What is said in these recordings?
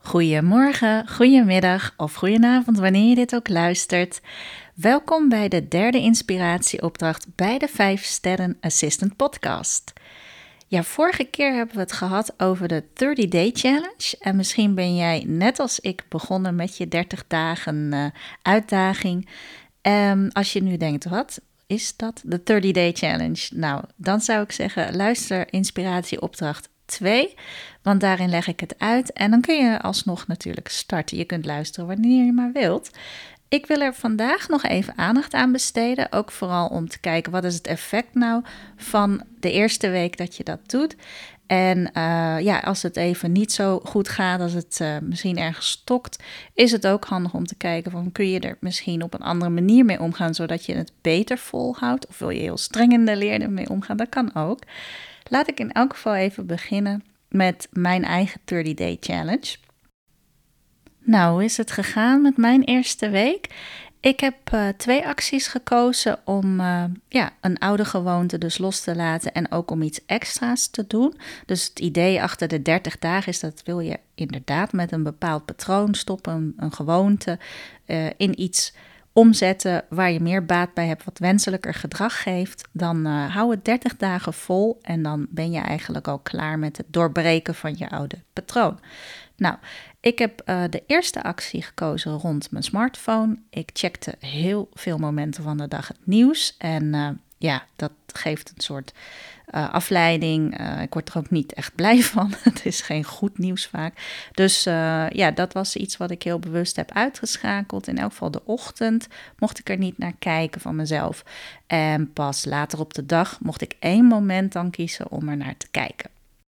Goedemorgen, goedemiddag of goedenavond wanneer je dit ook luistert. Welkom bij de derde inspiratieopdracht bij de 5 Sterren Assistant podcast. Ja, vorige keer hebben we het gehad over de 30-day challenge. En misschien ben jij net als ik begonnen met je 30 dagen uitdaging. Als je nu denkt, wat is dat? De 30-day challenge? Nou, dan zou ik zeggen, luister inspiratieopdracht 2, want daarin leg ik het uit en dan kun je alsnog natuurlijk starten. Je kunt luisteren wanneer je maar wilt. Ik wil er vandaag nog even aandacht aan besteden, ook vooral om te kijken wat is het effect nou van de eerste week dat je dat doet. En als het even niet zo goed gaat, als het misschien ergens stokt, is het ook handig om te kijken van kun je er misschien op een andere manier mee omgaan, zodat je het beter volhoudt. Of wil je heel streng in de leer ermee omgaan, dat kan ook. Laat ik in elk geval even beginnen met mijn eigen 30-day challenge. Nou, hoe is het gegaan met mijn eerste week? Ik heb 2 acties gekozen om een oude gewoonte dus los te laten en ook om iets extra's te doen. Dus het idee achter de 30 dagen is dat wil je inderdaad met een bepaald patroon stoppen, een gewoonte in iets omzetten waar je meer baat bij hebt, wat wenselijker gedrag geeft, dan hou het 30 dagen vol en dan ben je eigenlijk al klaar met het doorbreken van je oude patroon. Nou, ik heb de eerste actie gekozen rond mijn smartphone. Ik checkte heel veel momenten van de dag het nieuws en dat geeft een soort afleiding. Ik word er ook niet echt blij van. Het is geen goed nieuws vaak. Dus dat was iets wat ik heel bewust heb uitgeschakeld. In elk geval de ochtend mocht ik er niet naar kijken van mezelf. En pas later op de dag mocht ik 1 moment dan kiezen om er naar te kijken.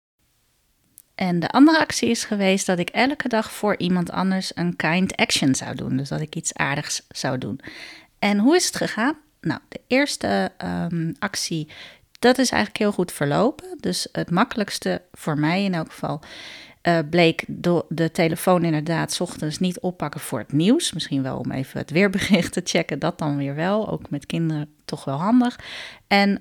En de andere actie is geweest dat ik elke dag voor iemand anders een kind action zou doen. Dus dat ik iets aardigs zou doen. En hoe is het gegaan? Nou, de eerste actie, dat is eigenlijk heel goed verlopen. Dus het makkelijkste voor mij in elk geval bleek de telefoon inderdaad 's ochtends niet oppakken voor het nieuws. Misschien wel om even het weerbericht te checken, dat dan weer wel. Ook met kinderen toch wel handig. En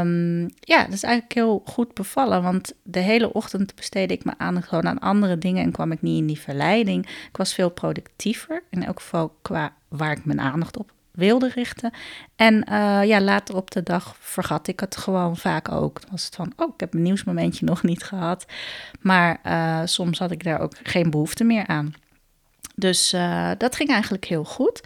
dat is eigenlijk heel goed bevallen, want de hele ochtend besteedde ik mijn aandacht gewoon aan andere dingen en kwam ik niet in die verleiding. Ik was veel productiever, in elk geval qua waar ik mijn aandacht op wilde richten. En later op de dag vergat ik het gewoon vaak ook. Dan was het van, ik heb mijn nieuwsmomentje nog niet gehad. Maar soms had ik daar ook geen behoefte meer aan. Dus dat ging eigenlijk heel goed.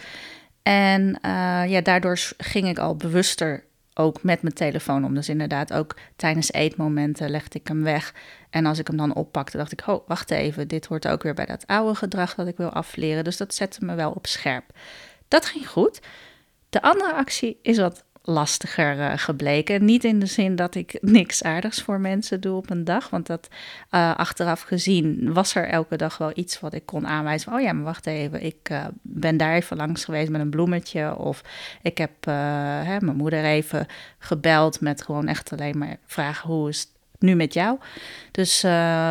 En daardoor ging ik al bewuster ook met mijn telefoon om. Dus inderdaad ook tijdens eetmomenten legde ik hem weg. En als ik hem dan oppakte, dacht ik, wacht even, dit hoort ook weer bij dat oude gedrag dat ik wil afleren. Dus dat zette me wel op scherp. Dat ging goed. De andere actie is wat lastiger gebleken. Niet in de zin dat ik niks aardigs voor mensen doe op een dag. Want dat achteraf gezien was er elke dag wel iets wat ik kon aanwijzen. Maar wacht even, ik ben daar even langs geweest met een bloemetje. Of ik heb mijn moeder even gebeld met gewoon echt alleen maar vragen, hoe is het nu met jou? Dus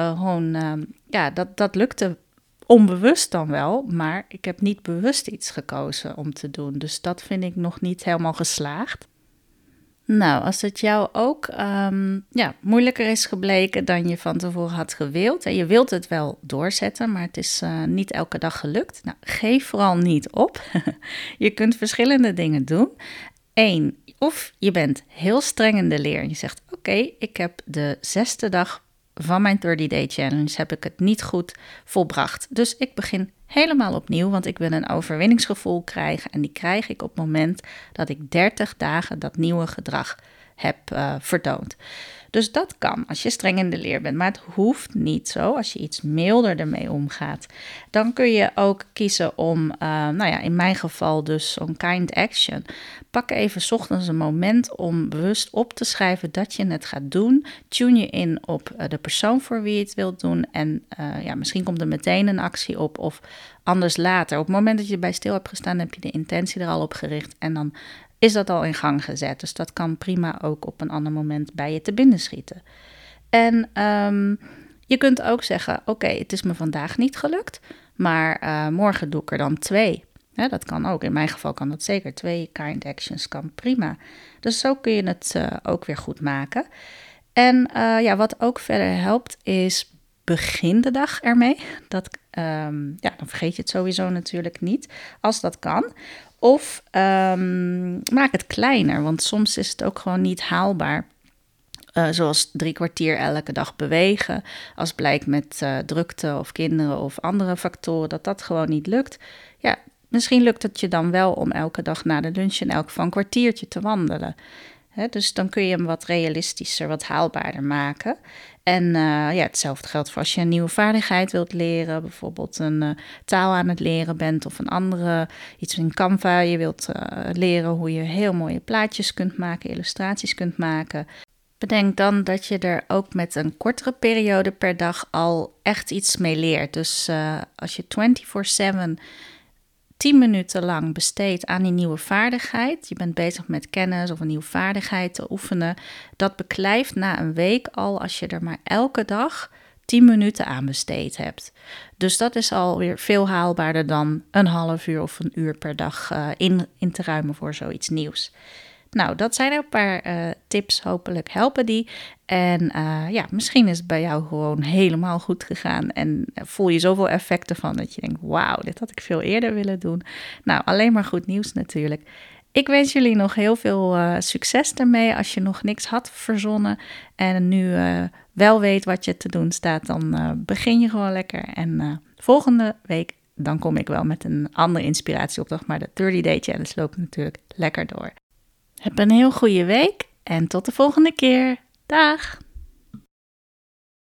dat lukte onbewust dan wel, maar ik heb niet bewust iets gekozen om te doen. Dus dat vind ik nog niet helemaal geslaagd. Nou, als het jou ook moeilijker is gebleken dan je van tevoren had gewild, en je wilt het wel doorzetten, maar het is niet elke dag gelukt. Nou, geef vooral niet op. Je kunt verschillende dingen doen. 1, of je bent heel streng in de leer en je zegt, oké, ik heb de 6e dag van mijn 30-day challenge heb ik het niet goed volbracht. Dus ik begin helemaal opnieuw, want ik wil een overwinningsgevoel krijgen. En die krijg ik op het moment dat ik 30 dagen dat nieuwe gedrag heb vertoond. Dus dat kan als je streng in de leer bent, maar het hoeft niet zo. Als je iets milder ermee omgaat, dan kun je ook kiezen om, in mijn geval dus zo'n kind action. Pak even 's ochtends een moment om bewust op te schrijven dat je het gaat doen. Tune je in op de persoon voor wie je het wilt doen en misschien komt er meteen een actie op of anders later. Op het moment dat je bij stil hebt gestaan, heb je de intentie er al op gericht en dan is dat al in gang gezet. Dus dat kan prima ook op een ander moment bij je te binnen schieten. En je kunt ook zeggen, oké, het is me vandaag niet gelukt, maar morgen doe ik er dan 2. Ja, dat kan ook. In mijn geval kan dat zeker. 2 kind actions kan prima. Dus zo kun je het ook weer goed maken. En wat ook verder helpt is begin de dag ermee. Dan vergeet je het sowieso natuurlijk niet, als dat kan. Of maak het kleiner, want soms is het ook gewoon niet haalbaar. Zoals 3 kwartier elke dag bewegen. Als blijkt met drukte of kinderen of andere factoren dat gewoon niet lukt. Ja, misschien lukt het je dan wel om elke dag na de lunch in elk geval een kwartiertje te wandelen. Dus dan kun je hem wat realistischer, wat haalbaarder maken. En hetzelfde geldt voor als je een nieuwe vaardigheid wilt leren. Bijvoorbeeld een taal aan het leren bent of een andere, iets in Canva. Je wilt leren hoe je heel mooie plaatjes kunt maken, illustraties kunt maken. Bedenk dan dat je er ook met een kortere periode per dag al echt iets mee leert. Dus als je 24/7 10 minuten lang besteedt aan die nieuwe vaardigheid, je bent bezig met kennis of een nieuwe vaardigheid te oefenen, dat beklijft na een week al als je er maar elke dag 10 minuten aan besteed hebt. Dus dat is alweer veel haalbaarder dan een half uur of een uur per dag in te ruimen voor zoiets nieuws. Nou, dat zijn een paar tips. Hopelijk helpen die. En misschien is het bij jou gewoon helemaal goed gegaan. En voel je zoveel effecten van dat je denkt, wauw, dit had ik veel eerder willen doen. Nou, alleen maar goed nieuws natuurlijk. Ik wens jullie nog heel veel succes ermee. Als je nog niks had verzonnen en nu wel weet wat je te doen staat, dan begin je gewoon lekker. En volgende week, dan kom ik wel met een andere inspiratieopdracht. Maar de 30-day challenge loopt natuurlijk lekker door. Heb een heel goede week en tot de volgende keer. Dag!